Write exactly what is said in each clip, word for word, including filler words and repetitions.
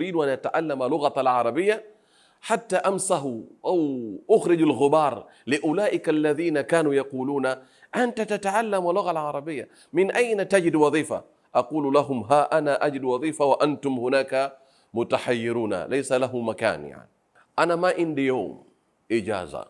يريد أن يتعلم لغة العربية حتى أمسه أو أخرج الغبار لأولئك الذين كانوا يقولون أنت تتعلم اللغة العربية، من أين تجد وظيفة؟ أقول لهم ها أنا أجد وظيفة وأنتم هناك متحيرون، ليس له مكان. يعني أنا ما عندي يوم إجازة،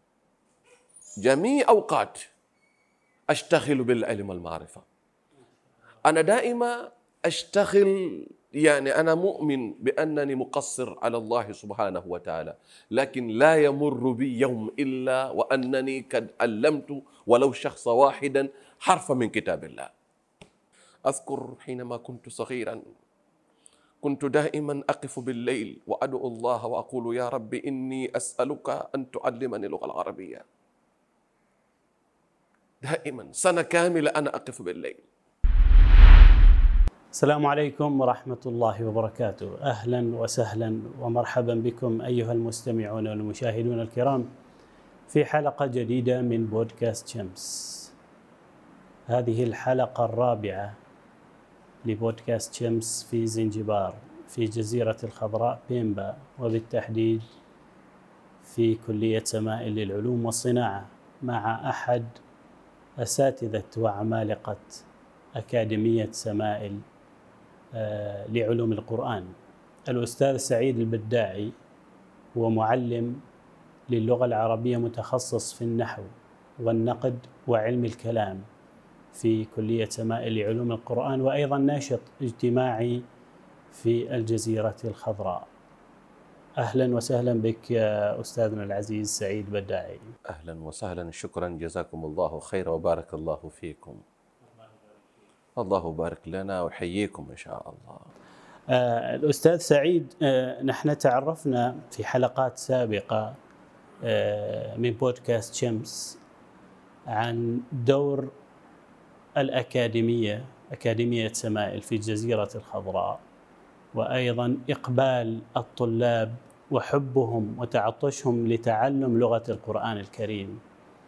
جميع أوقات أشتغل بالعلم والمعرفة. أنا دائما أشتغل، يعني أنا مؤمن بأنني مقصر على الله سبحانه وتعالى، لكن لا يمر بي يوم إلا وأنني قد علمت ولو شخص واحدا حرفا من كتاب الله. أذكر حينما كنت صغيرا كنت دائما أقف بالليل وأدعو الله وأقول يا رب إني أسألك أن تعلمني اللغة العربية. دائما سنة كاملة أنا أقف بالليل. السلام عليكم ورحمة الله وبركاته. أهلا وسهلا ومرحبا بكم أيها المستمعون والمشاهدون الكرام في حلقة جديدة من بودكاست شمس. هذه الحلقة الرابعة لبودكاست شمس في زنجبار في جزيرة الخضراء بيمبا، وبالتحديد في كلية سمائل للعلوم والصناعة، مع أحد أساتذة وعمالقة أكاديمية سمائل لعلوم القرآن، الأستاذ سعيد البداعي. هو معلم للغة العربية متخصص في النحو والنقد وعلم الكلام في كلية سمائل لعلوم القرآن، وأيضا ناشط اجتماعي في الجزيرة الخضراء. أهلا وسهلا بك يا أستاذنا العزيز سعيد بداعي. أهلا وسهلا، شكرا، جزاكم الله خير وبارك الله فيكم. الله بارك لنا وحييكم إن شاء الله. آه الأستاذ سعيد، آه نحن تعرفنا في حلقات سابقة آه من بودكاست شمس عن دور الأكاديمية أكاديمية سمائل في جزيرة الخضراء، وأيضا إقبال الطلاب وحبهم وتعطشهم لتعلم لغة القرآن الكريم.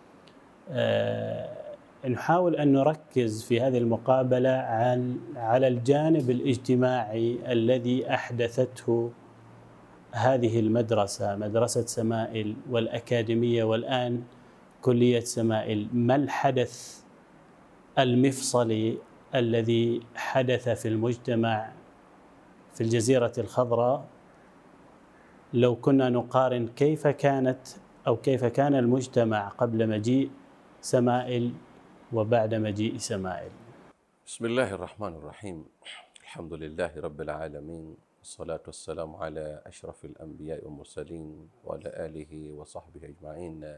آه نحاول أن نركز في هذه المقابلة على الجانب الاجتماعي الذي أحدثته هذه المدرسة، مدرسة سمائل والأكاديمية والآن كلية سمائل. ما الحدث المفصلي الذي حدث في المجتمع في الجزيرة الخضراء لو كنا نقارن كيف كانت أو كيف كان المجتمع قبل مجيء سمائل وبعد مجيء سمائل؟ بسم الله الرحمن الرحيم. الحمد لله رب العالمين، والصلاة والسلام على أشرف الأنبياء والمرسلين وعلى آله وصحبه أجمعين.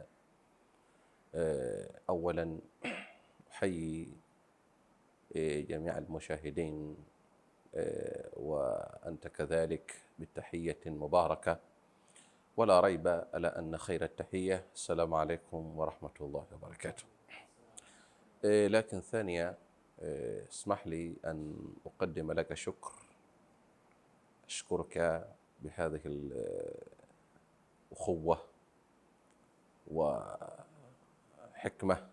أولا أحيي جميع المشاهدين وأنت كذلك بالتحية المباركة، ولا ريب على أن خير التحية السلام عليكم ورحمة الله وبركاته. لكن ثانيا اسمح لي أن أقدم لك شكر، أشكرك بهذه الأخوة وحكمة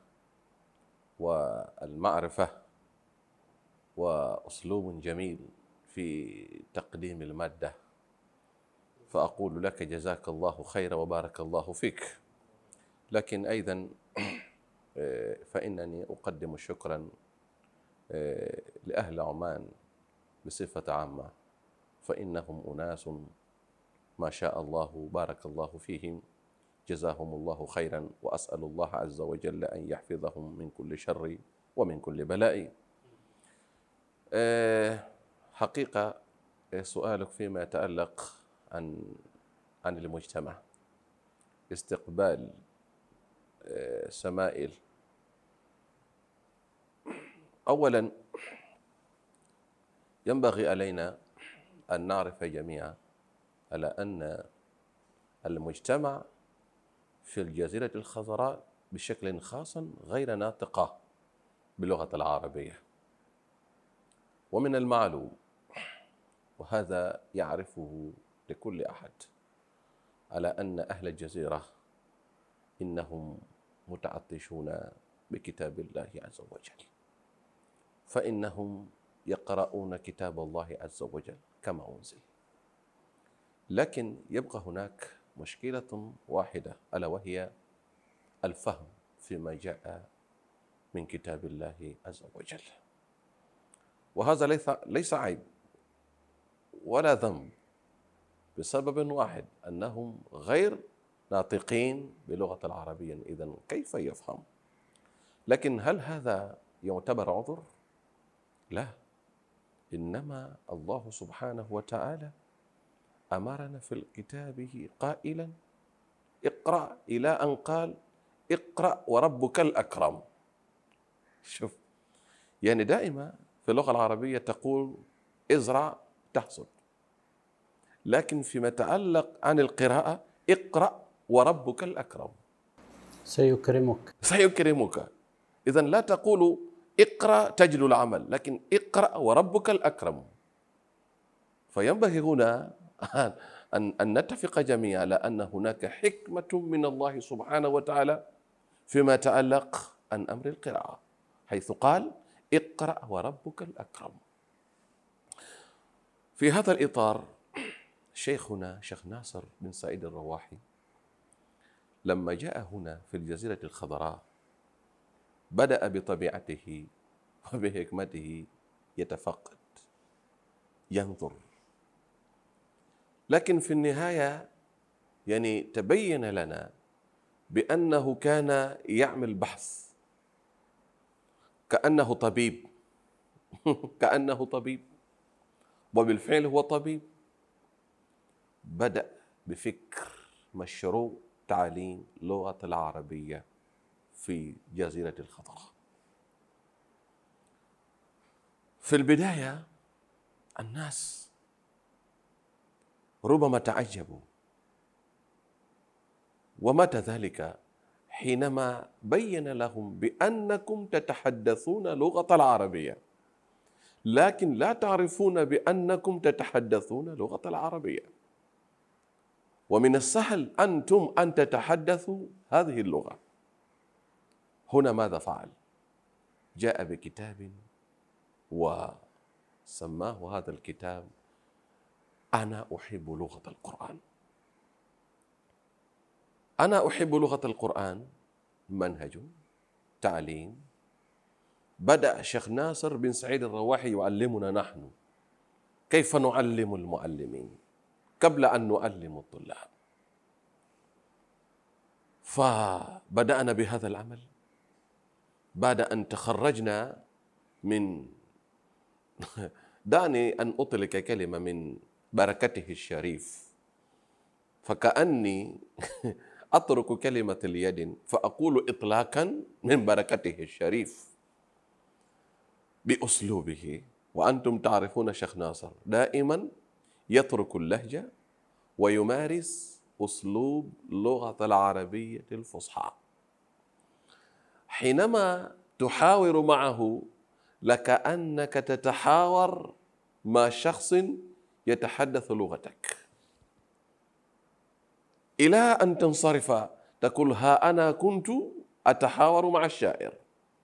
والمعرفة وأسلوب جميل في تقديم المادة، فأقول لك جزاك الله خيرا وبارك الله فيك. لكن أيضا فإنني أقدم شكرا لأهل عمان بصفة عامة، فإنهم أناس ما شاء الله بارك الله فيهم، جزاهم الله خيرا، وأسأل الله عز وجل أن يحفظهم من كل شر ومن كل بلاء. حقيقة سؤالك فيما يتعلق عن عن المجتمع، استقبال سمائل. أولا ينبغي علينا أن نعرف جميعا على أن المجتمع في الجزيرة الخضراء بشكل خاص غير ناطقة باللغة العربية، ومن المعلوم وهذا يعرفه لكل أحد على أن أهل الجزيرة إنهم متعطشون بكتاب الله عز وجل، فإنهم يقرؤون كتاب الله عز وجل كما أنزل، لكن يبقى هناك مشكلة واحدة، ألا وهي الفهم فيما جاء من كتاب الله عز وجل. وهذا ليس ليس عيب ولا ذنب، بسبب واحد، أنهم غير ناطقين بلغة العربية، إذن كيف يفهم؟ لكن هل هذا يعتبر عذر؟ لا، إنما الله سبحانه وتعالى أمرنا في كتابه قائلا اقرأ، إلى أن قال اقرأ وربك الأكرم. شوف، يعني دائما في اللغة العربية تقول ازرع تحصد، لكن فيما يتعلق عن القراءة اقرأ وربك الأكرم، سيكرمك سيكرمك. إذن لا تقول اقرأ تجد العمل، لكن اقرأ وربك الأكرم. فينبغي هنا أن أن نتفق جميعا على أن هناك حكمة من الله سبحانه وتعالى فيما يتعلق عن أمر القراءة، حيث قال اقرأ وربك الأكرم. في هذا الإطار شيخنا شيخ ناصر بن سعيد الرواحي لما جاء هنا في الجزيرة الخضراء بدأ بطبيعته وبحكمته يتفقد ينظر، لكن في النهاية يعني تبين لنا بأنه كان يعمل بحث كأنه طبيب كأنه طبيب، وبالفعل هو طبيب. بدأ بفكر مشروع تعليم اللغة العربية في جزيرة الخضراء. في البداية الناس ربما تعجبوا، ومتى ذلك؟ حينما بين لهم بأنكم تتحدثون لغة العربية، لكن لا تعرفون بأنكم تتحدثون لغة العربية، ومن السهل أنتم أن تتحدثوا هذه اللغة. هنا ماذا فعل؟ جاء بكتاب وسماه هذا الكتاب أنا أحب لغة القرآن. أنا أحب لغة القرآن منهج تعليم بدأ الشيخ ناصر بن سعيد الرواحي يعلمنا نحن كيف نعلم المعلمين قبل أن نعلم الطلاب. فبدأنا بهذا العمل بعد أن تخرجنا من دعني أن أطلق كلمة من بركته الشريف، فكأني أترك كلمة اليد فأقول إطلاقا من بركته الشريف بأسلوبه. وأنتم تعرفون شيخ ناصر دائما يترك اللهجة ويمارس أسلوب اللغة العربية الفصحى. حينما تحاور معه لكأنك تتحاور مع شخص يتحدث لغتك، إلى أن تنصرف تقول ها أنا كنت أتحاور مع الشاعر.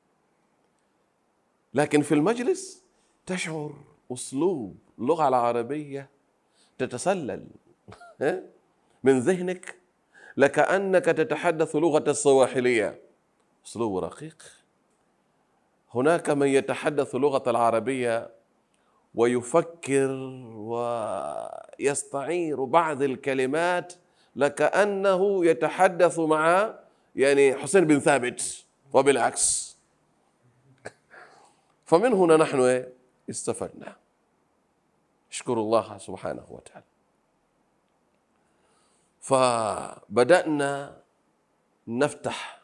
لكن في المجلس تشعر أسلوب اللغة العربية تتسلل من ذهنك لكأنك تتحدث لغة الصواحلية، أسلوب رقيق. هناك من يتحدث لغة العربية ويفكر ويستعير بعض الكلمات لكأنه يتحدث مع يعني حسين بن ثابت وبالعكس. فمن هنا نحن استفدنا، اشكر الله سبحانه وتعالى. فبدأنا نفتح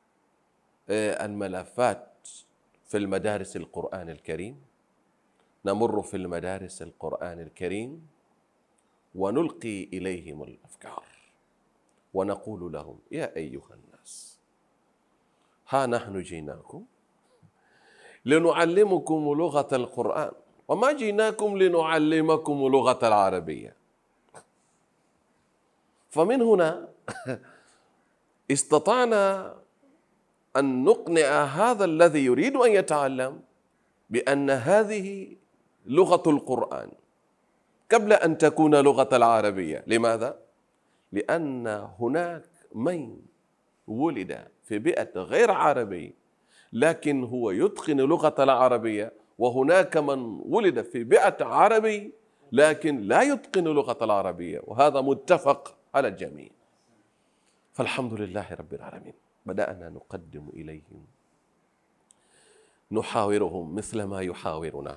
الملفات في المدارس القرآن الكريم، نمر في المدارس القرآن الكريم ونلقي إليهم الأفكار ونقول لهم يا أيها الناس ها نحن جيناكم لنعلمكم لغة القرآن وما جيناكم لنعلمكم لغة العربية. فمن هنا استطعنا أن نقنع هذا الذي يريد أن يتعلم بأن هذه لغة القرآن قبل أن تكون لغة العربية. لماذا؟ لأن هناك من ولد في بيئة غير عربي لكن هو يتقن لغة العربية، وهناك من ولد في بيئة عربي لكن لا يتقن لغة العربية، وهذا متفق على الجميع. فالحمد لله رب العالمين، بدأنا نقدم إليهم، نحاورهم مثل ما يحاورنا،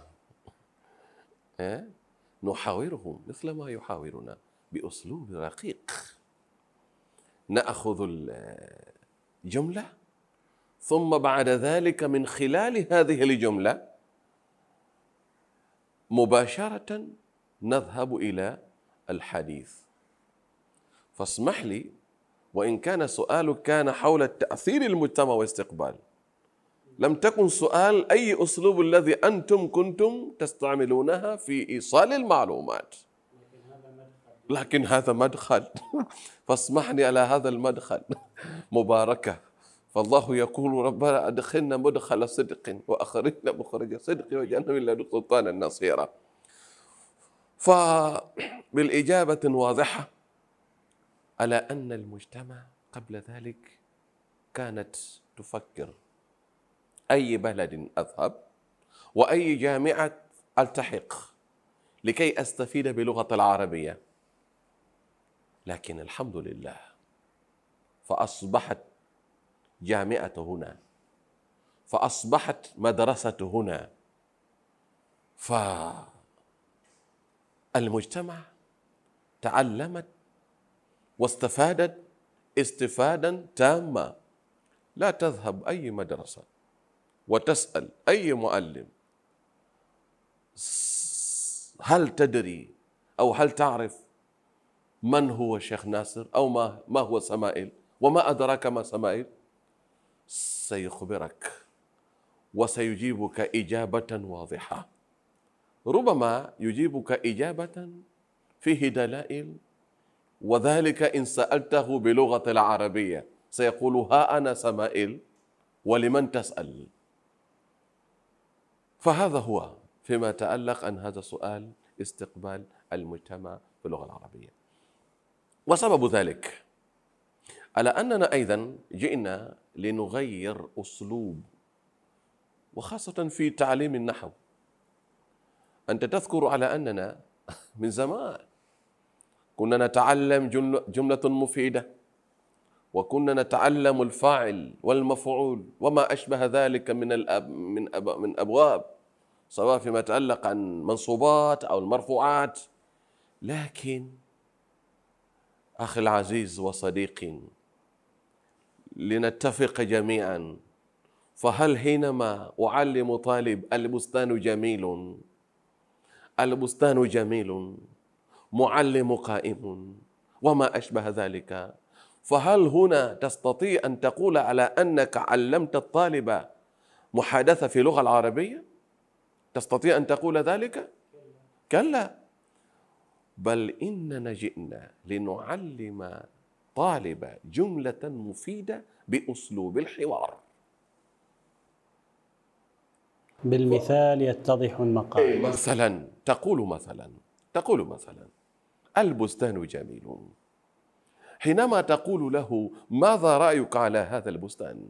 نحاورهم مثل ما يحاورنا بأسلوب رقيق. نأخذ الجملة ثم بعد ذلك من خلال هذه الجملة مباشرة نذهب إلى الحديث. فاسمح لي، وإن كان سؤالك كان حول تأثير المجتمع واستقبال، لم تكن سؤال أي أسلوب الذي أنتم كنتم تستعملونها في إيصال المعلومات، لكن هذا مدخل. فاسمحني على هذا المدخل مباركة. فالله يقول ربنا أدخلنا مدخل صدق وأخرجنا مخرج صدق واجعلنا من لدنك سلطانا نصيرا. فبالإجابة واضحة على أن المجتمع قبل ذلك كانت تفكر أي بلد أذهب وأي جامعة ألتحق لكي أستفيد بلغة العربية. لكن الحمد لله فأصبحت جامعة هنا، فأصبحت مدرسة هنا، فالمجتمع تعلمت واستفادت استفادة تامة. لا تذهب أي مدرسة وتسأل أي معلم هل تدري أو هل تعرف من هو الشيخ ناصر أو ما ما هو سمائل وما أدراك ما سمائل، سيخبرك وسيجيبك إجابة واضحة. ربما يجيبك إجابة فيه دلائل، وذلك إن سألته بلغة العربية سيقول ها أنا سمائل ولمن تسأل. فهذا هو فيما يتعلق عن هذا السؤال استقبال المجتمع في اللغة العربية. وسبب ذلك على أننا أيضا جئنا لنغير أسلوب، وخاصة في تعليم النحو. أنت تذكر على أننا من زمان كنا نتعلم جملة مفيدة، وكنا نتعلم الفاعل والمفعول وما أشبه ذلك من الأب من أب من أبواب، سواء فيما يتعلق عن منصوبات أو المرفوعات. لكن أخي العزيز وصديقي، لنتفق جميعا، فهل حينما أعلم طالب البستان جميل، البستان جميل، معلم قائم وما أشبه ذلك، فهل هنا تستطيع أن تقول على أنك علمت الطالب محادثة في اللغة العربية؟ تستطيع أن تقول ذلك؟ كلا، بل إننا جئنا لنعلم طالب جملة مفيدة بأسلوب الحوار. بالمثال يتضح المقال. مثلا تقول مثلا تقول مثلا البستان جميل. حينما تقول له ماذا رأيك على هذا البستان،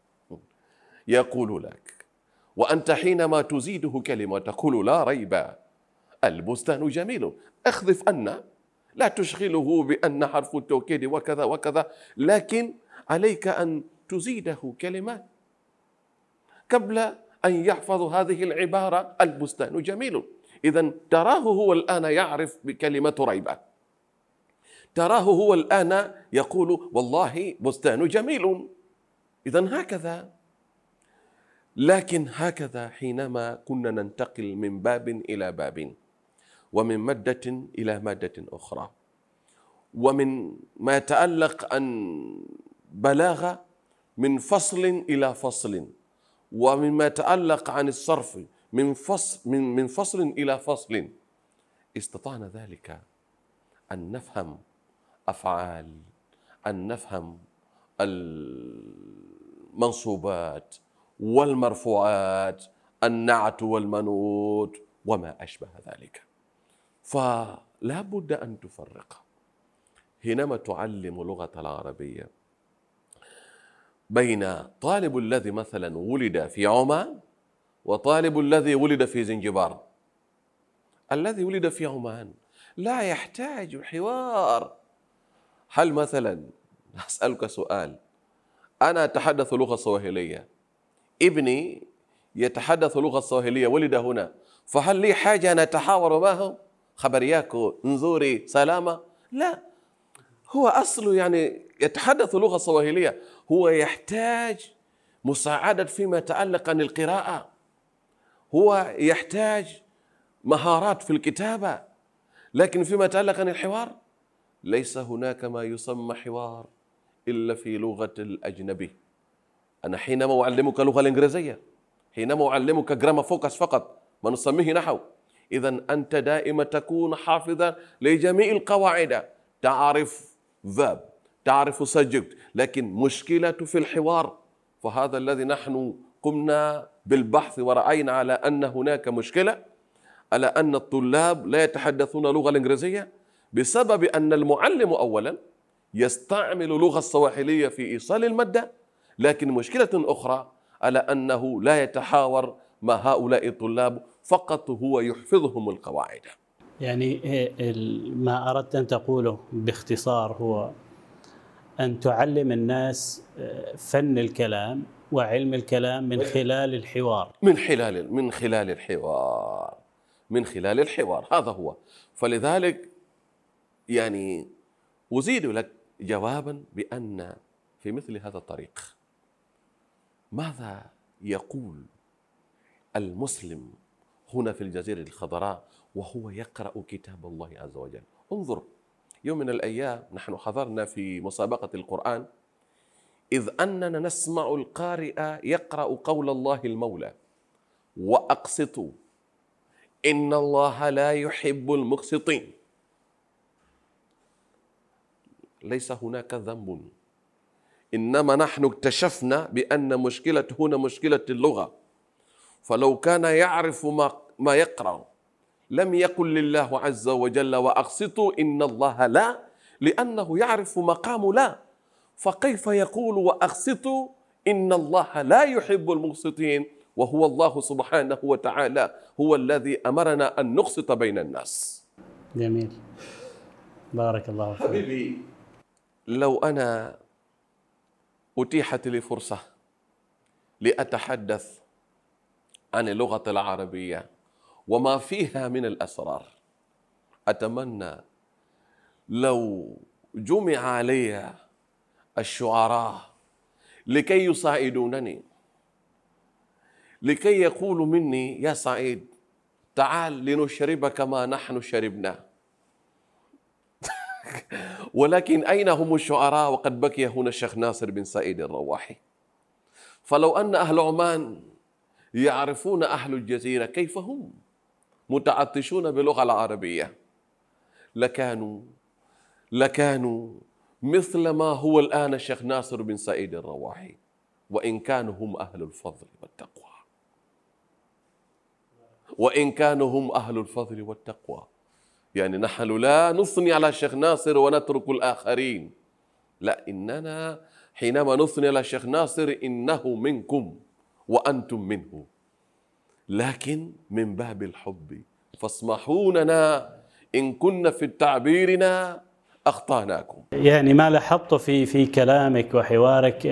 يقول لك، وأنت حينما تزيده كلمة تقول لا ريب البستان جميل، اخذف أن، لا تشغله بأن حرف التوكيد وكذا وكذا، لكن عليك أن تزيده كلمات قبل أن يحفظ هذه العبارة البستان جميل. إذن تراه هو الآن يعرف بكلمة ريبة، تراه هو الآن يقول والله بستان جميل. إذن هكذا. لكن هكذا حينما كنا ننتقل من باب إلى باب، ومن مادة إلى مادة أخرى، ومن ما يتعلق عن بلاغة من فصل إلى فصل، ومما يتعلق عن الصرف من فصل من من فصل إلى فصل، استطعنا ذلك أن نفهم أفعال، أن نفهم المنصوبات والمرفوعات، النعت والمنوط وما أشبه ذلك. فلا بد أن تفرق حينما تعلم لغة العربية بين طالب الذي مثلا ولد في عمان وطالب الذي ولد في زنجبار. الذي ولد في عمان لا يحتاج حوار. هل مثلا أسألك سؤال، أنا أتحدث لغة صواهيلية، ابني يتحدث لغة صواهيلية، ولد هنا، فهل لي حاجة أن أتحاور معه؟ خبرياكو، انظوري، سلامة؟ لا، هو أصله يعني يتحدث لغة صواهيلية، هو يحتاج مساعدة فيما يتعلق عن القراءة، هو يحتاج مهارات في الكتابة، لكن فيما يتعلق عن الحوار ليس هناك ما يسمى حوار إلا في لغة الأجنبي. أنا حينما أعلمك اللغة الإنجليزية، حينما أعلمك جرامر فوكس فقط ما نسميه نحو، إذن أنت دائما تكون حافظا لجميع القواعد، تعرف verb، تعرف subject، لكن مشكلة في الحوار. فهذا الذي نحن قمنا بالبحث ورأينا على أن هناك مشكلة، على أن الطلاب لا يتحدثون اللغة الإنجليزية بسبب أن المعلم أولا يستعمل لغة الصواحلية في إيصال المادة، لكن مشكلة أخرى على أنه لا يتحاور مع هؤلاء الطلاب، فقط هو يحفظهم القواعد. يعني ما أردت أن تقوله باختصار هو أن تعلم الناس فن الكلام وعلم الكلام من خلال الحوار، من خلال من خلال الحوار من خلال الحوار هذا هو. فلذلك يعني أزيد لك جوابا بأن في مثل هذا الطريق ماذا يقول المسلم هنا في الجزيرة الخضراء وهو يقرأ كتاب الله عز وجل؟ انظر، يوم من الأيام نحن حضرنا في مسابقة القرآن، إذ أننا نسمع القارئ يقرأ قول الله المولى: وأقسطوا إن الله لا يحب المقسطين. ليس هناك ذنب، إنما نحن اكتشفنا بأن مشكلة هنا مشكلة اللغة. فلو كان يعرف ما ما يقرأ لم يقل لله عز وجل وأقسطوا إن الله لا، لأنه يعرف مقام لا، فكيف يقول وأقسطوا إن الله لا يحب المقسطين وهو الله سبحانه وتعالى هو الذي أمرنا أن نقسط بين الناس. جميل، بارك الله فيك. حبيبي، لو أنا أتيحت لي فرصة لأتحدث عن اللغة العربية وما فيها من الأسرار، أتمنى لو جمع علي الشعراء لكي يساعدونني، لكي يقولوا مني: يا سعيد تعال لنشربك ما نحن شربنا. ولكن أين هم الشعراء وقد بكي هنا الشيخ ناصر بن سعيد الرواحي؟ فلو أن أهل عمان يعرفون أهل الجزيرة كيف هم متعطشون باللغة العربية لكانوا لكانوا مثل ما هو الآن الشيخ ناصر بن سعيد الرواحي، وإن كانوا هم أهل الفضل والتقوى، وإن كانوا هم أهل الفضل والتقوى. يعني نحن لا نثني على الشيخ ناصر ونترك الآخرين، لا، إننا حينما نثني على الشيخ ناصر إنه منكم وأنتم منه، لكن من باب الحب، فاسمحوننا إن كنا في تعبيرنا أخطأناكم. يعني ما لاحظت في في كلامك وحوارك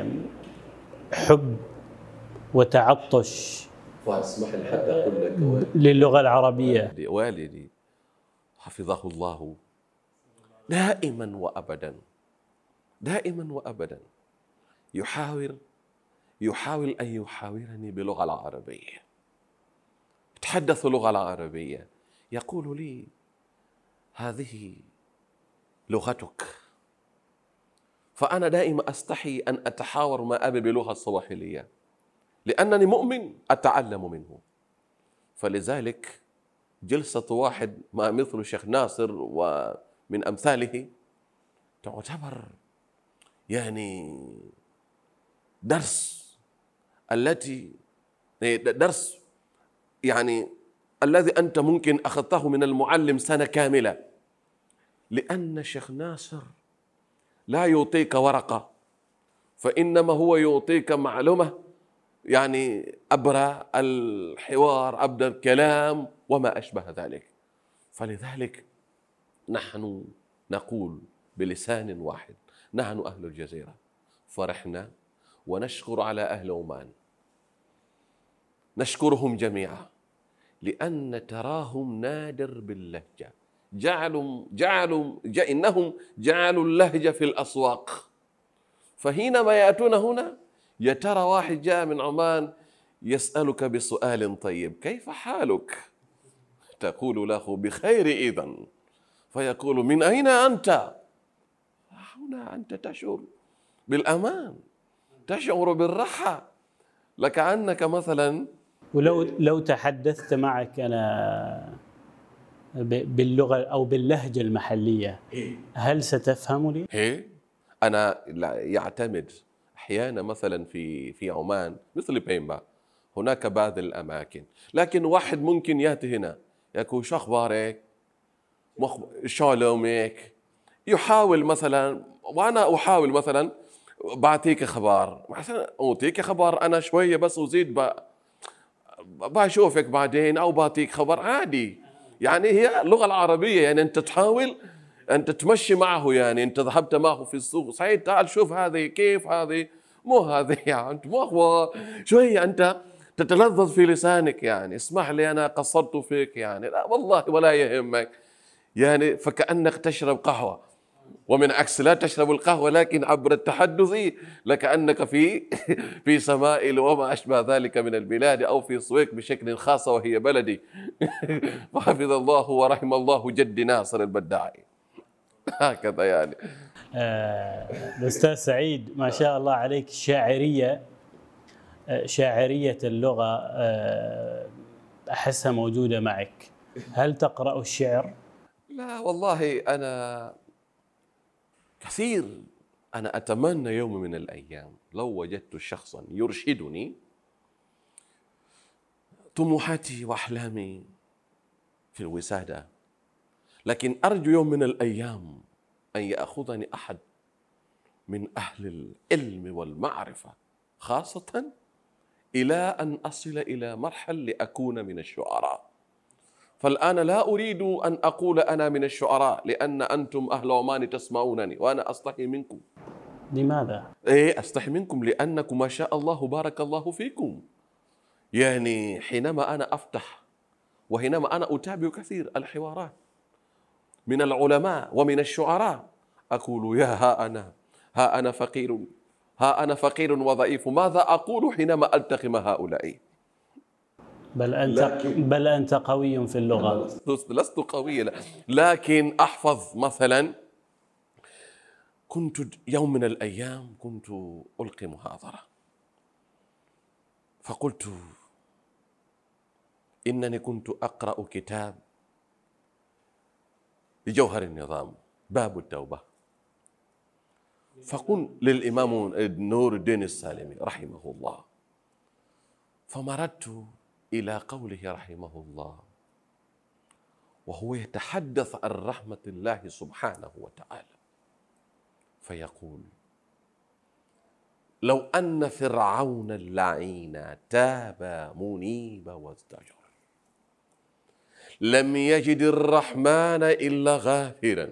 حب وتعطش، فاسمح لي حتى أقول لك للغة العربية. والدي حفظه الله دائما وأبدا دائما وأبدا يحاول يحاول أن يحاورني باللغة العربية، أتحدث اللغة العربية، يقول لي: هذه لغتك. فأنا دائما أستحي أن أتحاور مع أبي بلغة الصواحلية لأنني مؤمن أتعلم منه. فلذلك جلسة واحد مع مثل الشيخ ناصر ومن أمثاله تعتبر يعني درس التي درس يعني الذي أنت ممكن أخذته من المعلم سنة كاملة، لأن الشيخ ناصر لا يعطيك ورقة، فإنما هو يعطيك معلومة، يعني أبرى الحوار، أبرى الكلام وما أشبه ذلك. فلذلك نحن نقول بلسان واحد، نحن أهل الجزيرة فرحنا ونشكر على أهل عمان، نشكرهم جميعا، لأن تراهم نادر باللهجة، جعلوا جعلوا جع إنهم جعلوا اللهجة في الأسواق. فحينما يأتون هنا، يا ترى واحد جاء من عمان يسألك بسؤال طيب: كيف حالك؟ تقول له: بخير إذن. فيقول: من أين أنت؟ هنا أنت تشعر بالأمان، تشعر بالراحة، لكأنك مثلا. ولو لو تحدثت معك أنا باللغة أو باللهجة المحلية، هل ستفهمني؟ هي أنا يعتمد أحيانا مثلا في في عمان مثل بيمبا، هناك بعض الأماكن، لكن واحد ممكن يأتي هنا يقول: شو أخبارك؟ شو علومك؟ يحاول مثلا، وأنا أحاول مثلا بعطيك خبر، مثلا أعطيك خبر أنا شوية بس أزيد، بشوفك بعدين أو بعطيك خبر عادي. يعني هي اللغة العربية، يعني أنت تحاول أنت تمشي معه، يعني أنت ذهبت معه في السوق، صحيح تعال شوف هذه كيف، هذه مو هذه، يعني مو هو شوية أنت تتلذذ في لسانك، يعني اسمح لي أنا قصرت فيك، يعني لا والله ولا يهمك، يعني فكأنك تشرب قهوة، ومن عكس لا تشرب القهوة لكن عبر التحدث لكأنك في في سمائل وما أشبه ذلك من البلاد، أو في صويك بشكل خاص وهي بلدي. وحفظ الله ورحم الله جدي ناصر البداعي. هكذا يعني. آه، الأستاذ سعيد ما شاء الله عليك، شاعرية آه، شاعرية اللغة آه، أحسها موجودة معك. هل تقرأ الشعر؟ لا والله أنا كثير، أنا أتمنى يوم من الأيام لو وجدت شخصا يرشدني. طموحاتي وأحلامي في الوسادة، لكن أرجو يوم من الأيام أن يأخذني أحد من أهل العلم والمعرفة، خاصة إلى أن أصل إلى مرحلة لأكون من الشعراء. فالآن لا أريد أن أقول أنا من الشعراء، لأن أنتم أهل عمان تسمعونني وأنا أستحي منكم. لماذا؟ إيه أستحي منكم لأنكم ما شاء الله بارك الله فيكم. يعني حينما أنا أفتح وحينما أنا أتابع كثير الحوارات من العلماء ومن الشعراء، أقول: يا ها أنا ها أنا فقير، ها أنا فقير وضعيف، ماذا أقول حينما ألتقي مع هؤلاء؟ بل أنت بل أنت قوي في اللغة. لست قويا، لكن أحفظ. مثلا كنت يوم من الأيام كنت ألقي محاضرة، فقلت إنني كنت أقرأ كتاب لجوهر النظام باب التوبة، فقل للإمام نور الدين السالمي رحمه الله، فمررت إلى قوله رحمه الله وهو يتحدث عن رحمة الله سبحانه وتعالى، فيقول: لو أن فرعون اللعين تاب منيب وازدجر لم يجد الرحمن إلا غافرا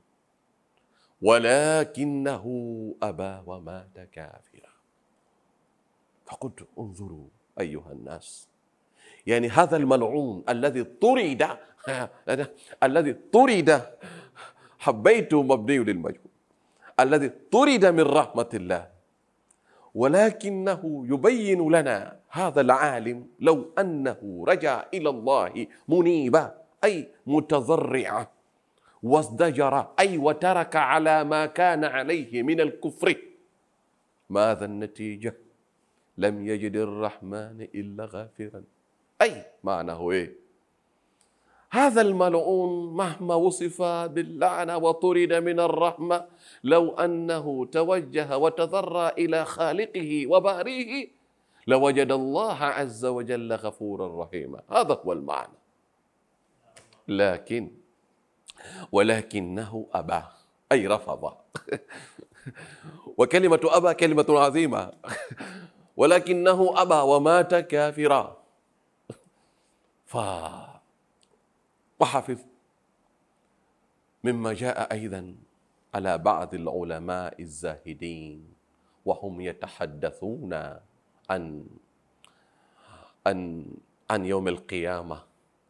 ولكنه أبى ومات كافرا. فقلت: انظروا أيها الناس، يعني هذا الملعون الذي طرد الذي طرد حبيت مبني للمجهول، الذي طرد من رحمة الله، ولكنه يبين لنا هذا العالم لو أنه رجع إلى الله منيبا أي متضرعا، وازدجر أي وترك على ما كان عليه من الكفر، ماذا النتيجة؟ لم يجد الرحمن إلا غافرا. أي معناه إيه؟ هذا الملعون مهما وصف باللعنة وطرد من الرحمة، لو أنه توجه وتضرع إلى خالقه وباريه لوجد الله عز وجل غفورا رحيما. هذا هو المعنى. لكن ولكنه أبى أي رفض. وكلمة أبى كلمة عظيمة. ولكنه أبى ومات كافرا. ف وحفظ مما جاء أيضا على بعض العلماء الزاهدين وهم يتحدثون عن عن عن يوم القيامة،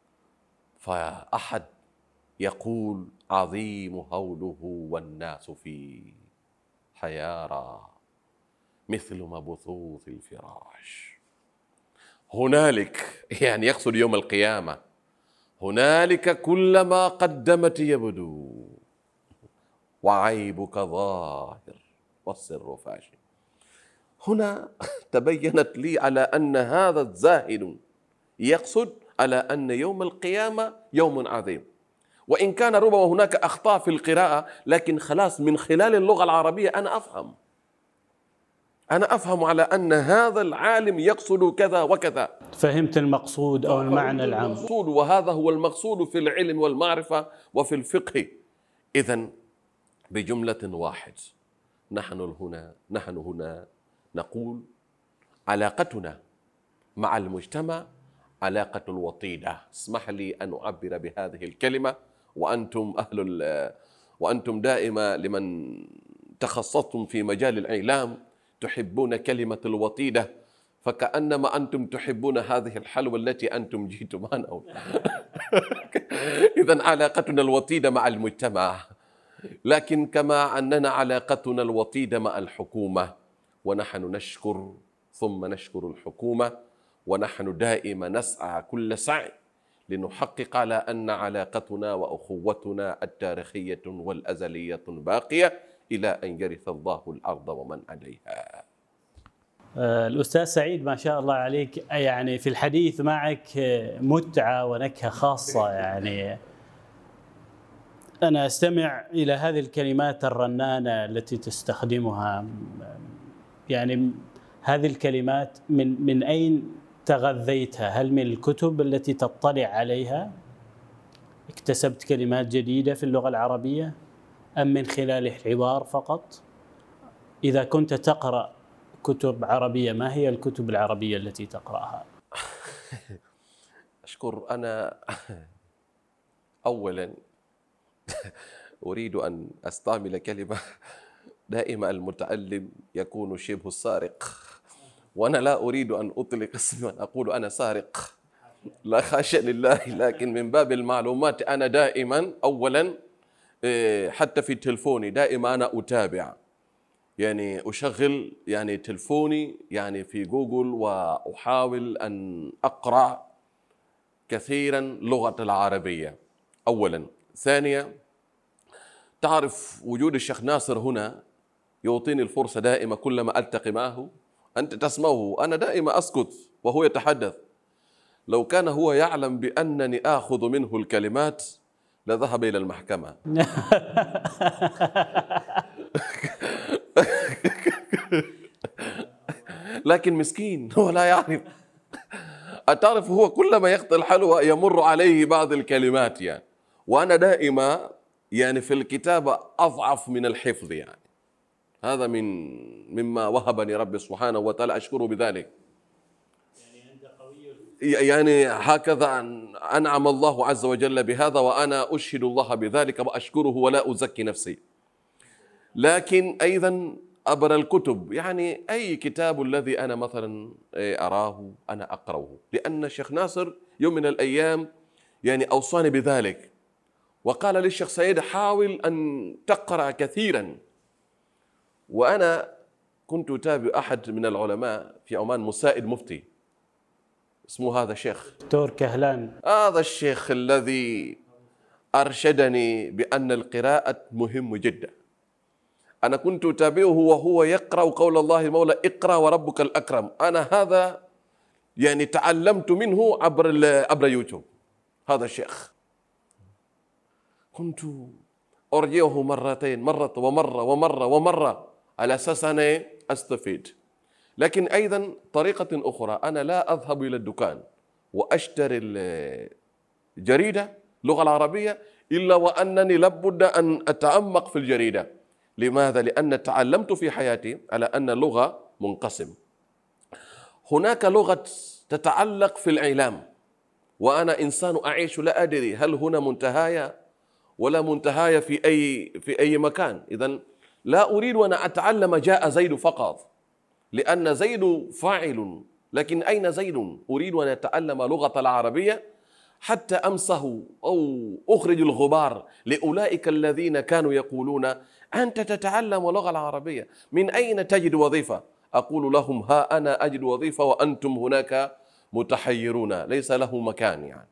فأحد يقول عظيم هوله والناس في حيارى مثل مبثوث الفراش. هنالك يعني يقصد يوم القيامة، هنالك كل ما قدمت يبدو وعيبك ظاهر والسر فاشي. هنا تبينت لي على أن هذا الزاهد يقصد على أن يوم القيامة يوم عظيم، وإن كان ربما هناك أخطاء في القراءة، لكن خلاص من خلال اللغة العربية أنا أفهم أنا أفهم على أن هذا العالم يقصد كذا وكذا. فهمت المقصود أو المعنى العام. المقصود، وهذا هو المقصود في العلم والمعرفة وفي الفقه. إذن بجملة واحد نحن هنا نحن هنا نقول علاقتنا مع المجتمع علاقة الوطيدة. اسمح لي أن أعبر بهذه الكلمة، وأنتم أهل وأنتم دائما لمن تخصصتم في مجال الإعلام تحبون كلمة الوطيدة، فكأنما أنتم تحبون هذه الحلوى التي أنتم جئتم عنها. إذن علاقتنا الوطيدة مع المجتمع، لكن كما أننا علاقتنا الوطيدة مع الحكومة، ونحن نشكر ثم نشكر الحكومة، ونحن دائما نسعى كل سعي لنحقق على أن علاقتنا وأخوتنا التاريخية والأزلية باقية إلى أن يرث الله الأرض ومن عليها. الأستاذ سعيد ما شاء الله عليك، يعني في الحديث معك متعة ونكهة خاصة. يعني أنا أستمع إلى هذه الكلمات الرنانة التي تستخدمها. يعني هذه الكلمات من من أين تغذيتها؟ هل من الكتب التي تطلع عليها اكتسبت كلمات جديدة في اللغة العربية، أم من خلال الحوار فقط؟ إذا كنت تقرأ كتب عربية، ما هي الكتب العربية التي تقرأها؟ أشكر. أنا أولا أريد أن أستعمل كلمة دائما المتعلم يكون شبه السارق، وأنا لا أريد أن أطلق اسمي وأن أقول أنا سارق، لا خاشع لله، لكن من باب المعلومات أنا دائما أولا حتى في تلفوني دائما أنا أتابع، يعني أشغل يعني تلفوني يعني في جوجل، وأحاول أن أقرأ كثيرا لغة العربية أولا. ثانيا، تعرف وجود الشيخ ناصر هنا يعطيني الفرصة دائما كلما ألتقي معه. أنت تسمعه، أنا دائما أسكت وهو يتحدث. لو كان هو يعلم بأنني آخذ منه الكلمات لذهب إلى المحكمة. لكن مسكين هو لا يعرف. أتعرف هو كلما يقطع الحلوى يمر عليه بعض الكلمات يعني، وأنا دائما يعني في الكتابة أضعف من الحفظ يعني. هذا من مما وهبني ربي سبحانه وتعالى، أشكره بذلك. يعني أنت قوي، يعني هكذا أنعم الله عز وجل بهذا، وأنا أشهد الله بذلك وأشكره ولا أزكي نفسي. لكن أيضا أبر الكتب، يعني أي كتاب الذي أنا مثلا أراه أنا أقرأه، لأن الشيخ ناصر يوم من الأيام يعني أوصاني بذلك، وقال للشيخ سعيد حاول أن تقرأ كثيرا. وأنا كنت أتابع أحد من العلماء في عمان مساعد مفتي، اسمه هذا الشيخ دكتور كهلان. هذا الشيخ الذي أرشدني بأن القراءة مهم جدا. أنا كنت أتابعه وهو يقرأ قول الله المولى اقرأ وربك الأكرم. أنا هذا يعني تعلمت منه عبر عبر يوتيوب. هذا الشيخ كنت أرجعه مرتين، مرة ومرة ومرة ومرة على أساس أنا أستفيد. لكن أيضا طريقة أخرى، أنا لا أذهب إلى الدكان وأشتري الجريدة اللغة العربية إلا وأنني لابد أن أتعمق في الجريدة. لماذا؟ لأن تعلمت في حياتي على أن اللغة منقسم. هناك لغة تتعلق في الإعلام، وأنا إنسان أعيش لا أدري هل هنا منتهايا ولا منتهايا في أي في أي مكان. إذن لا أريد أن أتعلم جاء زيد فقط، لأن زيد فاعل، لكن أين زيد؟ أريد أن أتعلم لغة العربية حتى أمسه أو أخرج الغبار لأولئك الذين كانوا يقولون أنت تتعلم اللغة العربية، من أين تجد وظيفة؟ أقول لهم ها أنا أجد وظيفة وأنتم هناك متحيرون ليس له مكان، يعني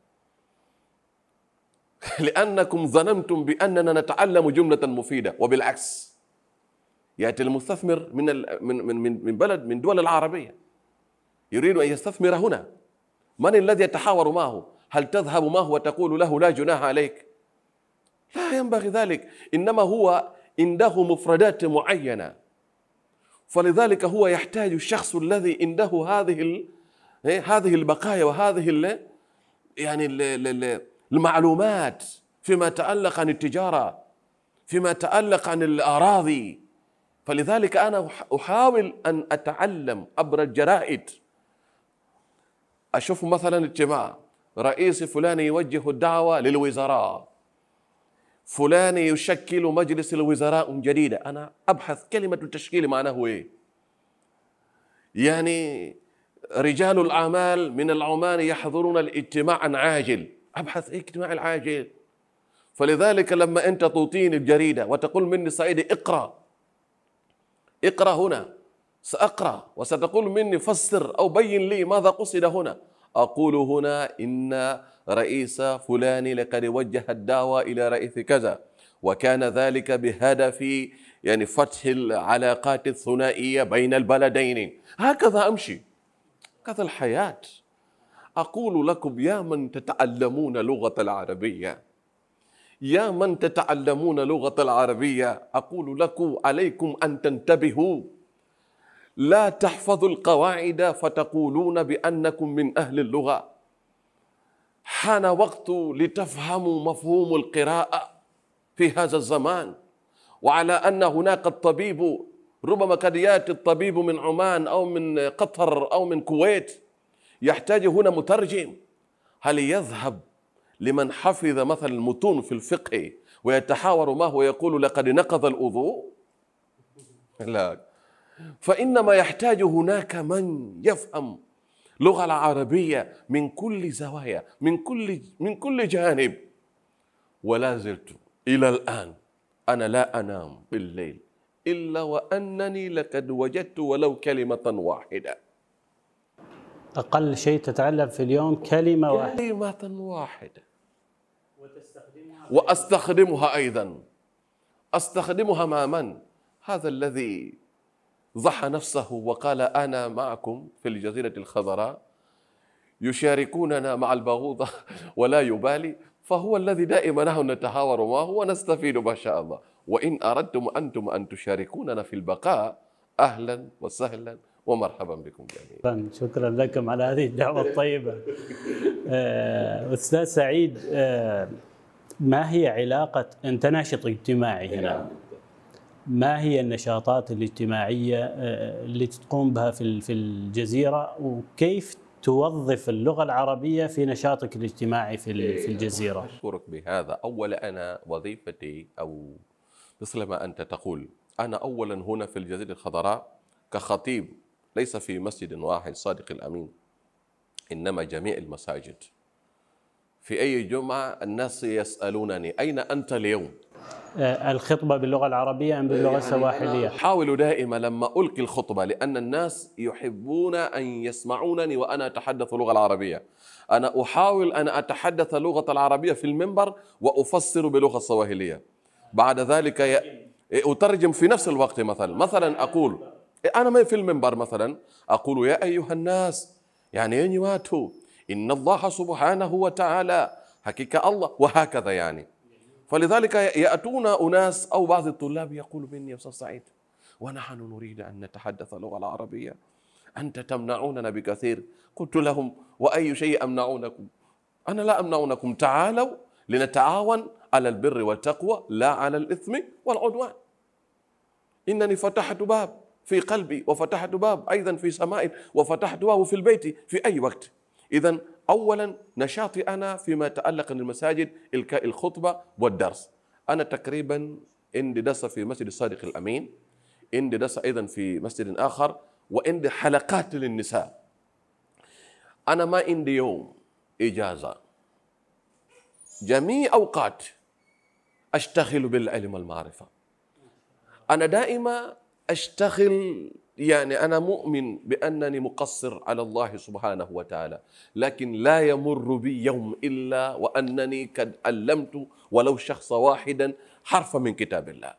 لأنكم ظننتم بأننا نتعلم جملة مفيدة، وبالعكس يأتي المستثمر من من من من بلد من دول العربية يريد أن يستثمر هنا، من الذي يتحاور معه؟ هل تذهب معه وتقول له لا جناح عليك؟ لا ينبغي ذلك، إنما هو عنده مفردات معينة، فلذلك هو يحتاج الشخص الذي عنده هذه هذه البقايا وهذه يعني المعلومات فيما يتعلق عن التجارة، فيما يتعلق عن الأراضي. فلذلك أنا أحاول أن أتعلم عبر الجرائد. أشوف مثلا اجتماع رئيس فلان يوجه الدعوة للوزراء، فلان يشكل مجلس الوزراء جديدة، أنا أبحث كلمة التشكيل معناه إيه. يعني رجال الأعمال من العمان يحضرون الاجتماع عن عاجل، أبحث إيه اجتماع العاجل. فلذلك لما أنت توطيني الجريدة وتقول مني سعيدي اقرأ اقرأ هنا، سأقرأ، وستقول مني فسر أو بين لي ماذا قصد هنا. أقول هنا إن رئيس فلان لقد وجه الدعوة إلى رئيس كذا، وكان ذلك بهدف يعني فتح العلاقات الثنائية بين البلدين. هكذا أمشي، هكذا الحياة. أقول لكم يا من تتعلمون لغة العربية، يا من تتعلمون لغة العربية، أقول لكم عليكم أن تنتبهوا، لا تحفظوا القواعد فتقولون بأنكم من أهل اللغة. حان وقت لتفهموا مفهوم القراءة في هذا الزمان، وعلى أن هناك الطبيب ربما قد يأتي الطبيب من عمان أو من قطر أو من كويت يحتاج هنا مترجم. هل يذهب لمن حفظ مثلا المتون في الفقه ويتحاور معه ويقول لقد نقض الوضوء؟ لا، فإنما يحتاج هناك من يفهم اللغة العربية من كل زوايا، من كل من كل جانب. ولا زلت إلى الآن أنا لا أنام بالليل إلا وأنني لقد وجدت ولو كلمة واحدة. أقل شيء تتعلم في اليوم كلمة واحدة، كلمة واحدة، وأستخدمها أيضا. أستخدمها مع من؟ هذا الذي ضحى نفسه وقال أنا معكم في الجزيرة الخضراء، يشاركوننا مع البغوضة ولا يبالي، فهو الذي دائما نحن نتحاور معه ونستفيد ما شاء الله. وإن أردتم أنتم أن تشاركوننا في البقاء أهلا وسهلا ومرحبا بكم جميعا. شكرا لكم على هذه الدعوة الطيبة. أستاذ سعيد، ما هي علاقة، أنت ناشط اجتماعي هنا، ما هي النشاطات الاجتماعية اللي تقوم بها في الجزيرة، وكيف توظف اللغة العربية في نشاطك الاجتماعي في الجزيرة؟ أشكرك بهذا. أولا أنا وظيفتي أو مثل ما أنت تقول، أنا أولا هنا في الجزيرة الخضراء كخطيب، ليس في مسجد واحد صادق الأمين، إنما جميع المساجد. في أي جمعة الناس يسألونني أين أنت اليوم؟ الخطبة باللغة العربية أم باللغة السواحلية؟ أحاول دائما لما ألقي الخطبة، لأن الناس يحبون أن يسمعونني وأنا أتحدث اللغة العربية، أنا أحاول أن أتحدث اللغة العربية في المنبر وأفسر باللغة السواحلية. بعد ذلك أترجم في نفس الوقت. مثلا مثلا أقول أنا ما في المنبر مثلا أقول يا أيها الناس، يعني يني واتو إن الله سبحانه وتعالى حقيقة الله، وهكذا يعني. فلذلك يأتون أناس أو بعض الطلاب يقول مني يا أستاذ سعيد ونحن نريد أن نتحدث اللغة العربية، أنت تمنعوننا بكثير. قلت لهم وأي شيء أمنعونكم؟ أنا لا أمنعونكم، تعالوا لنتعاون على البر والتقوى لا على الإثم والعدوان. إنني فتحت باب في قلبي، وفتحت باب أيضا في سمائي، وفتحت باب في البيت في أي وقت. إذن أولا نشاطي أنا فيما يتعلق بالمساجد إلقاء الخطبة والدرس. أنا تقريبا عندي درس في مسجد الصادق الأمين، عندي درس أيضا في مسجد آخر، وعندي حلقات للنساء. أنا ما عندي يوم إجازة، جميع أوقات أشتغل بالعلم والمعرفة. أنا دائما أشتغل، يعني أنا مؤمن بأنني مقصر على الله سبحانه وتعالى، لكن لا يمر بي يوم إلا وأنني قد علمت ولو شخص واحدا حرفا من كتاب الله.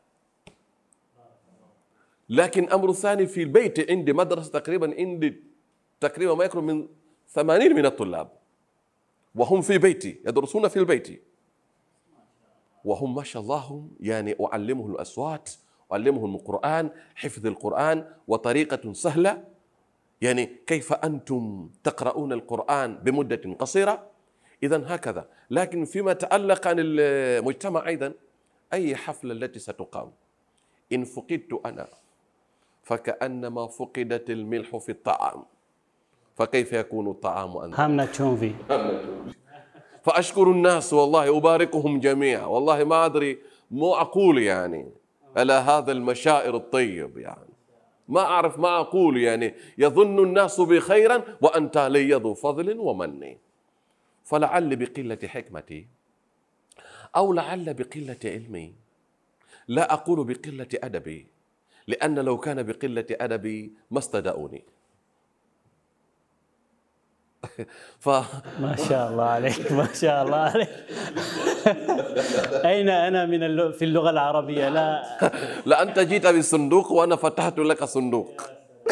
لكن أمر ثاني، في البيت عندي مدرسة تقريبا عندي تقريبا ما يقرب من ثمانين من الطلاب، وهم في بيتي يدرسون في البيت، وهم ما شاء الله يعني أعلمهم الأصوات، أعلمهم القرآن، حفظ القرآن، وطريقة سهلة، يعني كيف أنتم تقرؤون القرآن بمدة قصيرة. إذن هكذا. لكن فيما يتعلق عن المجتمع أيضا، أي حفلة التي ستقام إن فقدت أنا فكأنما فقدت الملح في الطعام، فكيف يكون الطعام أنت؟ همنا تشون فيه. فأشكر الناس والله، أباركهم جميعا، والله ما أدري مو أقول يعني على هذا المشاعر الطيب، يعني ما أعرف ما أقول، يعني يظن الناس بي خيرا وأنت لي ذو فضل ومن. فلعل بقلة حكمتي أو لعل بقلة علمي، لا أقول بقلة أدبي، لأن لو كان بقلة أدبي ما استدعوني. ف... ما شاء الله عليك، ما شاء الله عليك. أين أنا من اللغة في اللغة العربية؟ لا لا، أنت جيت بالصندوق وأنا فتحت لك صندوق.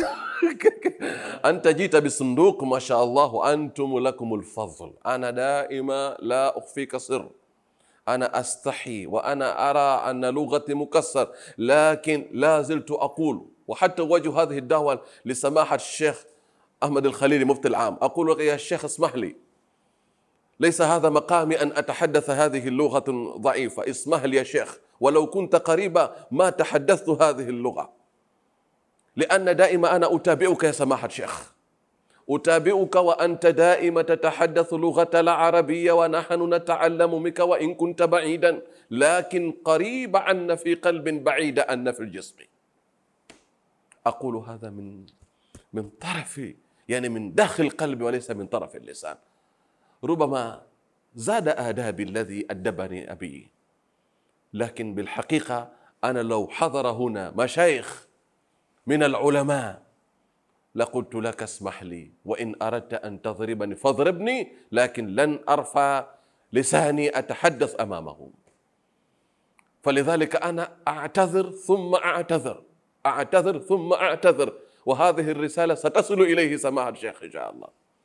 أنت جيت بالصندوق، ما شاء الله، أنتم لكم الفضل. أنا دائما لا أخفيك سر، أنا أستحي وأنا أرى أن لغتي مكسر، لكن لا زلت أقول، وحتى وجه هذه الدعوة لسماحة الشيخ أحمد الخليلي مفتي العام، أقول لك يا شيخ اسمح لي، ليس هذا مقامي أن أتحدث هذه اللغة ضعيفة، اسمح لي يا شيخ، ولو كنت قريبا ما تحدثت هذه اللغة، لأن دائما أنا أتابعك يا سماحة الشيخ، أتابعك وأنت دائما تتحدث لغة العربية، ونحن نتعلم منك وإن كنت بعيدا، لكن قريب عنا في قلب، بعيد عنا في الجسم. أقول هذا من من طرفي، يعني من داخل قلبي وليس من طرف اللسان. ربما زاد آدابي الذي أدبني أبي، لكن بالحقيقة أنا لو حضر هنا مشايخ من العلماء لقلت لك اسمح لي، وإن أردت أن تضربني فاضربني، لكن لن أرفع لساني أتحدث أمامهم. فلذلك أنا أعتذر ثم أعتذر، أعتذر ثم أعتذر، وهذه الرسالة ستصل إليه سماحة الشيخ إن شاء الله.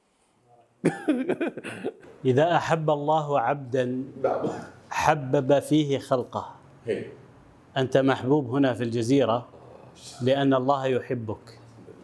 إذا أحب الله عبدا حبب فيه خلقه. أنت محبوب هنا في الجزيرة لأن الله يحبك،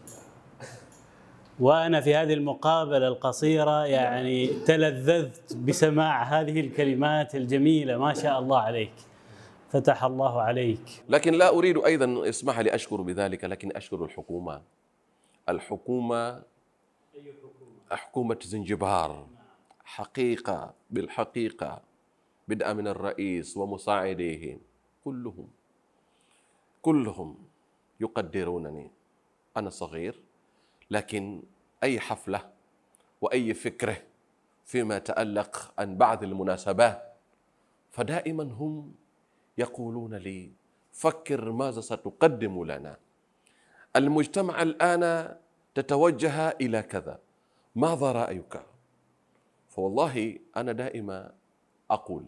وأنا في هذه المقابلة القصيرة يعني تلذذت بسماع هذه الكلمات الجميلة، ما شاء الله عليك، فتح الله عليك. لكن لا أريد أيضا، اسمح لي أشكر بذلك، لكن أشكر الحكومة. الحكومة حكومة زنجبار حقيقة بالحقيقة، بدءا من الرئيس ومساعديه، كلهم كلهم يقدرونني. أنا صغير، لكن أي حفلة وأي فكرة فيما يتعلق عن بعض المناسبات، فدائما هم يقولون لي فكر ماذا ستقدم لنا. المجتمع الآن تتوجه إلى كذا، ماذا رأيك؟ فوالله أنا دائما أقول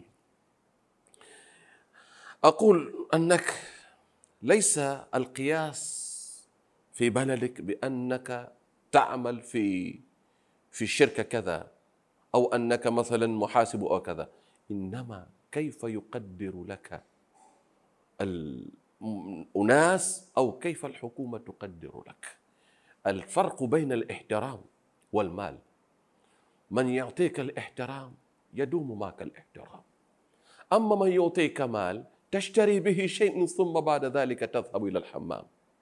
أقول أنك ليس القياس في بلدك بأنك تعمل في في شركة كذا، أو أنك مثلا محاسب أو كذا، إنما كيف يقدر لك الناس، أو كيف الحكومة تقدر لك. الفرق بين الاحترام والمال، من يعطيك الاحترام يدوم معك الاحترام، أما من يعطيك مال تشتري به شيء ثم بعد ذلك تذهب إلى الحمام.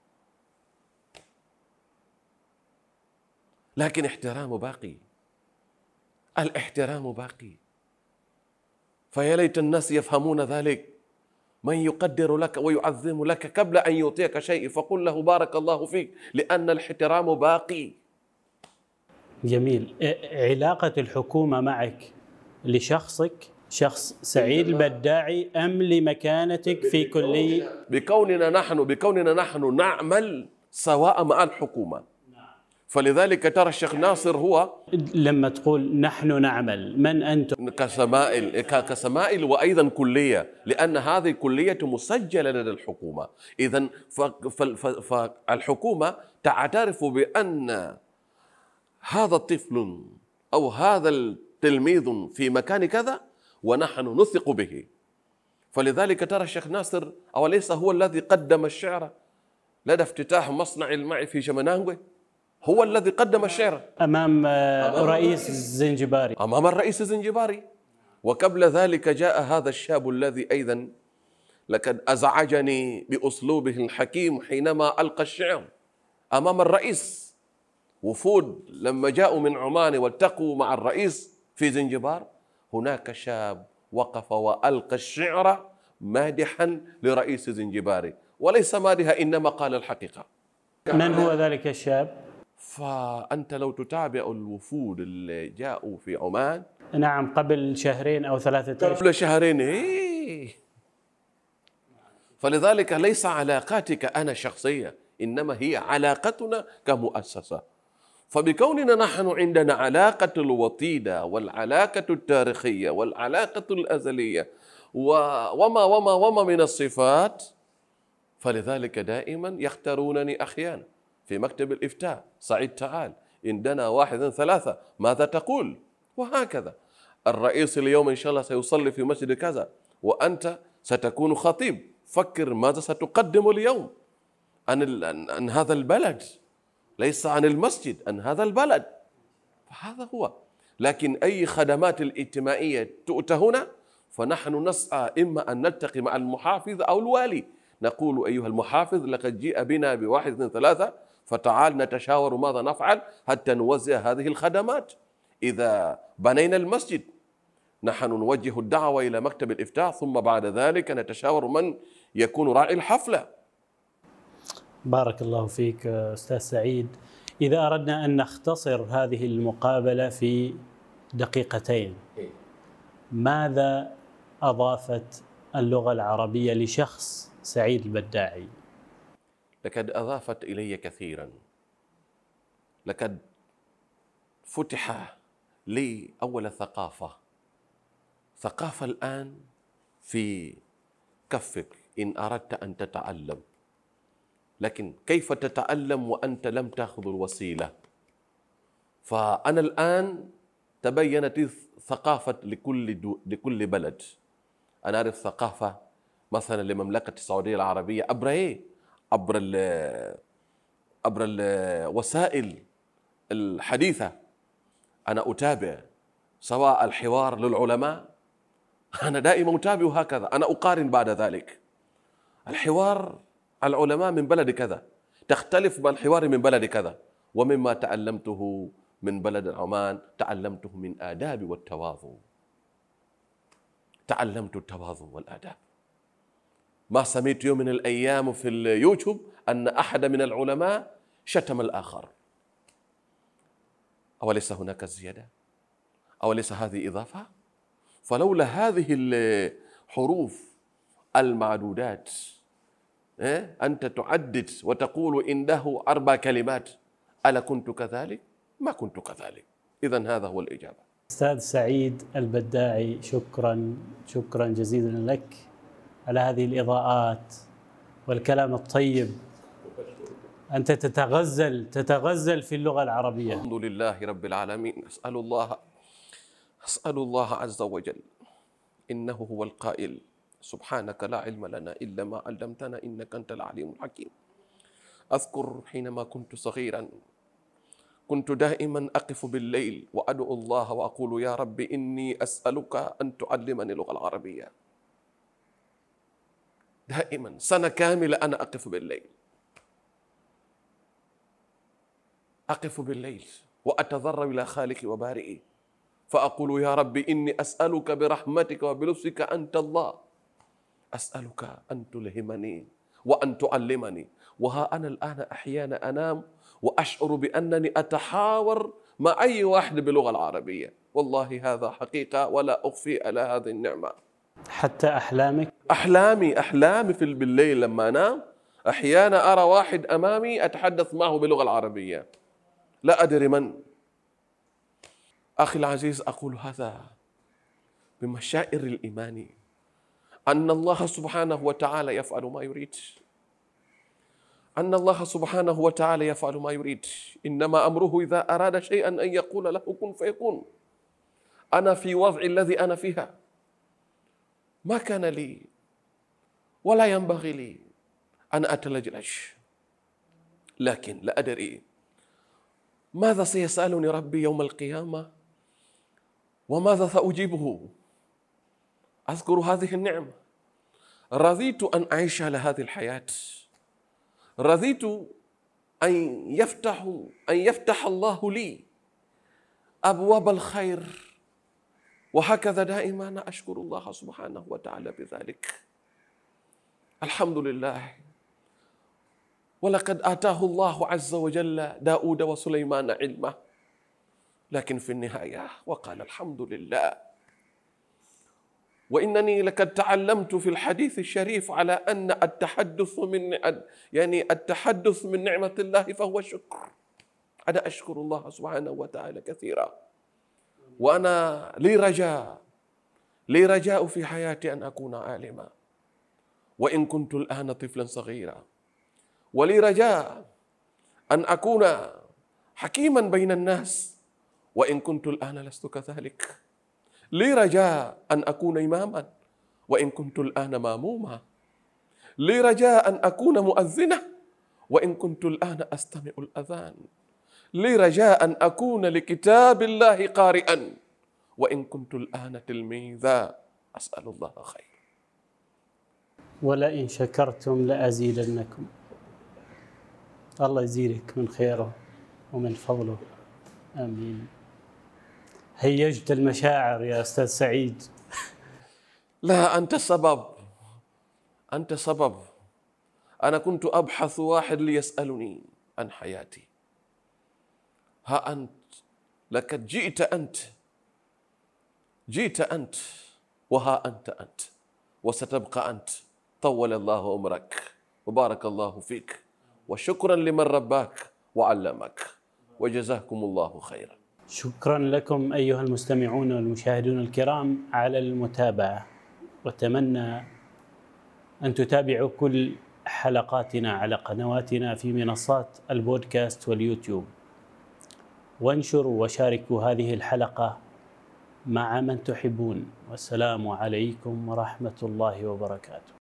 لكن احترام باقي، الاحترام باقي. فيا ليت الناس يفهمون ذلك. من يقدر لك ويعظم لك قبل أن يعطيك شيء فقل له بارك الله فيك، لأن الاحترام باقي. جميل. علاقة الحكومة معك لشخصك شخص سعيد البداعي أم لمكانتك في كلية؟ بكوننا نحن بكوننا نحن نعمل سواء مع الحكومة. فلذلك ترى الشيخ ناصر هو لما تقول نحن نعمل، من أنتم؟ كسمائل كسمائل وأيضا كلية، لأن هذه كلية مسجلة لدى الحكومة. إذن فالحكومة تعترف بأن هذا الطفل أو هذا التلميذ في مكان كذا ونحن نثق به. فلذلك ترى الشيخ ناصر أوليس هو الذي قدم الشعر لدى افتتاح مصنع الماء في جمنانغوي؟ هو الذي قدم الشعر أمام رئيس الزنجباري أمام الرئيس الزنجباري. وقبل ذلك جاء هذا الشاب الذي أيضا لقد أزعجني بأسلوبه الحكيم حينما ألقى الشعر أمام الرئيس. وفود لما جاءوا من عمان والتقوا مع الرئيس في زنجبار، هناك شاب وقف وألقى الشعر مادحا لرئيس زنجباري، وليس مادحا إنما قال الحقيقة. من هو ذلك الشاب؟ فأنت لو تتابع الوفود اللي جاءوا في عمان، نعم، قبل شهرين أو ثلاثة أشهر، قبل شهرين إيه. فلذلك ليس علاقاتك أنا شخصية، إنما هي علاقتنا كمؤسسة. فبكوننا نحن عندنا علاقة الوطيدة والعلاقة التاريخية والعلاقة الأزلية وما وما وما من الصفات، فلذلك دائما يختارونني أحيانا في مكتب الإفتاء. سعيد تعال عندنا واحد ثلاثة ماذا تقول؟ وهكذا. الرئيس اليوم إن شاء الله سيصلي في مسجد كذا وأنت ستكون خطيب، فكر ماذا ستقدم اليوم عن, عن هذا البلد، ليس عن المسجد، عن هذا البلد. فهذا هو. لكن أي خدمات الاجتماعية تؤتى هنا فنحن نسعى إما أن نلتقي مع المحافظ أو الوالي، نقول أيها المحافظ لقد جيء بنا بواحد اثنين ثلاثة، فتعال نتشاور ماذا نفعل حتى نوزع هذه الخدمات. إذا بنينا المسجد نحن نوجه الدعوة إلى مكتب الإفتاء، ثم بعد ذلك نتشاور من يكون راعي الحفلة. بارك الله فيك أستاذ سعيد. إذا أردنا أن نختصر هذه المقابلة في دقيقتين، ماذا أضافت اللغة العربية لشخص سعيد البداعي؟ لقد أضافت إلي كثيرا. لقد فتح لي أول ثقافة ثقافة الآن في كفك إن أردت أن تتعلم. لكن كيف تتعلم وأنت لم تأخذ الوسيلة؟ فأنا الآن تبينت ثقافة لكل دو لكل بلد. أنا أعرف ثقافة مثلا لمملكة السعودية العربية عبر إيه؟ عبر ال عبر الوسائل الحديثة. أنا أتابع سواء الحوار للعلماء، أنا دائما أتابع هكذا، أنا أقارن بعد ذلك الحوار العلماء من بلد كذا تختلف بالحوار من بلد كذا. ومما تعلمته من بلد عمان تعلمته من آداب والتواضع. تعلمت التواضع والآداب. ما سمعت يوم من الأيام في اليوتيوب أن أحد من العلماء شتم الآخر. أوليس هناك زيادة؟ أوليس هذه إضافة؟ فلولا هذه الحروف المعدودات، أنت تعدد وتقول إنه أربع كلمات، ألا كنت كذلك؟ ما كنت كذلك. إذن هذا هو الإجابة. أستاذ سعيد البداعي، شكرا شكرا جزيلا لك على هذه الإضاءات والكلام الطيب. أنت تتغزل تتغزل في اللغة العربية. الحمد لله رب العالمين. أسأل الله أسأل الله عز وجل، إنه هو القائل سبحانك لا علم لنا إلا ما علمتنا إنك أنت العليم الحكيم. أذكر حينما كنت صغيرا كنت دائما أقف بالليل وأدعو الله وأقول يا رب إني أسألك أن تعلمني اللغة العربية. دائما سنة كاملة أنا أقف بالليل، أقف بالليل وأتضرع إلى خالقي وبارئي، فأقول يا ربي إني أسألك برحمتك وبلطفك أنت الله، أسألك أن تلهمني وأن تعلمني. وها أنا الآن أحيانا أنام وأشعر بأنني أتحاور مع أي واحد باللغة العربية، والله هذا حقيقة ولا أخفي على هذه النعمة. حتى أحلامك؟ أحلامي أحلامي في بالليل لما أنام أحيانا أرى واحد أمامي أتحدث معه باللغة العربية، لا أدري من. أخي العزيز، أقول هذا بمشاعر الإيمان أن الله سبحانه وتعالى يفعل ما يريد، أن الله سبحانه وتعالى يفعل ما يريد. إنما أمره إذا أراد شيئا أن يقول له كن فيكون. أنا في وضع الذي أنا فيها ما كان لي ولا ينبغي لي أن أتلجلج، لكن لا أدري ماذا سيسألني ربي يوم القيامة وماذا سأجيبه. أذكر هذه النعمة، رضيت أن أعيش على هذه الحياة، رضيت أن يفتح أن يفتح الله لي أبواب الخير، وهكذا دائما أنا أشكر الله سبحانه وتعالى بذلك. الحمد لله. ولقد آتاه الله عز وجل داود وسليمان علما، لكن في النهاية وقال الحمد لله. وإنني لقد تعلمت في الحديث الشريف على أن التحدث من يعني التحدث من نعمة الله فهو شكر. أنا أشكر الله سبحانه وتعالى كثيرا، وأنا لي رجاء لي رجاء في حياتي أن أكون عالما وإن كنت الآن طفلا صغيرا، ولي رجاء أن أكون حكيما بين الناس وإن كنت الآن لست كذلك، لي رجاء أن أكون إماما وإن كنت الآن ماموما، لي رجاء أن أكون مؤذنة وإن كنت الآن أستمع الأذان، لي رجاء أن أكون لكتاب الله قارئا وإن كنت الآن تلميذا. أسأل الله خير. ولئن شكرتم لأزيدنكم. الله يزيدك من خيره ومن فضله، آمين. هيجت المشاعر يا أستاذ سعيد. لا، أنت سبب، أنت سبب. أنا كنت أبحث واحد ليسألني عن حياتي، ها أنت لقد جئت أنت جئت أنت وها أنت أنت وستبقى أنت. طول الله عمرك وبارك الله فيك، وشكرا لمن رباك وعلمك، وجزاكم الله خيرا. شكرا لكم أيها المستمعون والمشاهدون الكرام على المتابعة، وأتمنى أن تتابعوا كل حلقاتنا على قنواتنا في منصات البودكاست واليوتيوب، وانشروا وشاركوا هذه الحلقة مع من تحبون. والسلام عليكم ورحمة الله وبركاته.